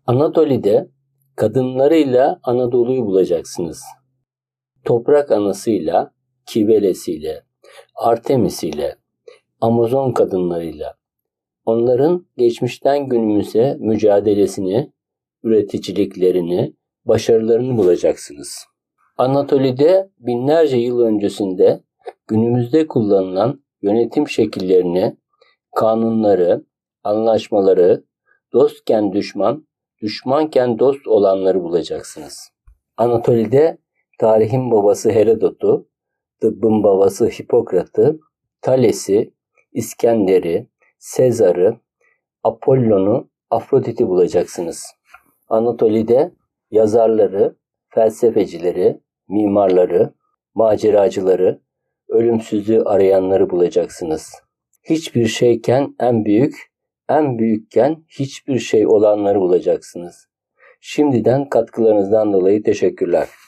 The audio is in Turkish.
Anatoli'de kadınlarıyla Anadolu'yu bulacaksınız. Toprak anasıyla, Kivelesiyle, Artemis'iyle, Amazon kadınlarıyla, onların geçmişten günümüze mücadelesini, üreticiliklerini, başarılarını bulacaksınız. Anatoli'de binlerce yıl öncesinde günümüzde kullanılan yönetim şekillerini, kanunları, anlaşmaları, dostken düşman, düşmanken dost olanları bulacaksınız. Anatoli'de tarihin babası Herodot'u, tıbbın babası Hipokrat'ı, Thales'i, İskender'i, Sezar'ı, Apollon'u, Afrodit'i bulacaksınız. Anatoli'de yazarları, felsefecileri, mimarları, maceracıları, ölümsüzlüğü arayanları bulacaksınız. Hiçbir şeyken en büyük, en büyükken hiçbir şey olanları bulacaksınız. Şimdiden katkılarınızdan dolayı teşekkürler.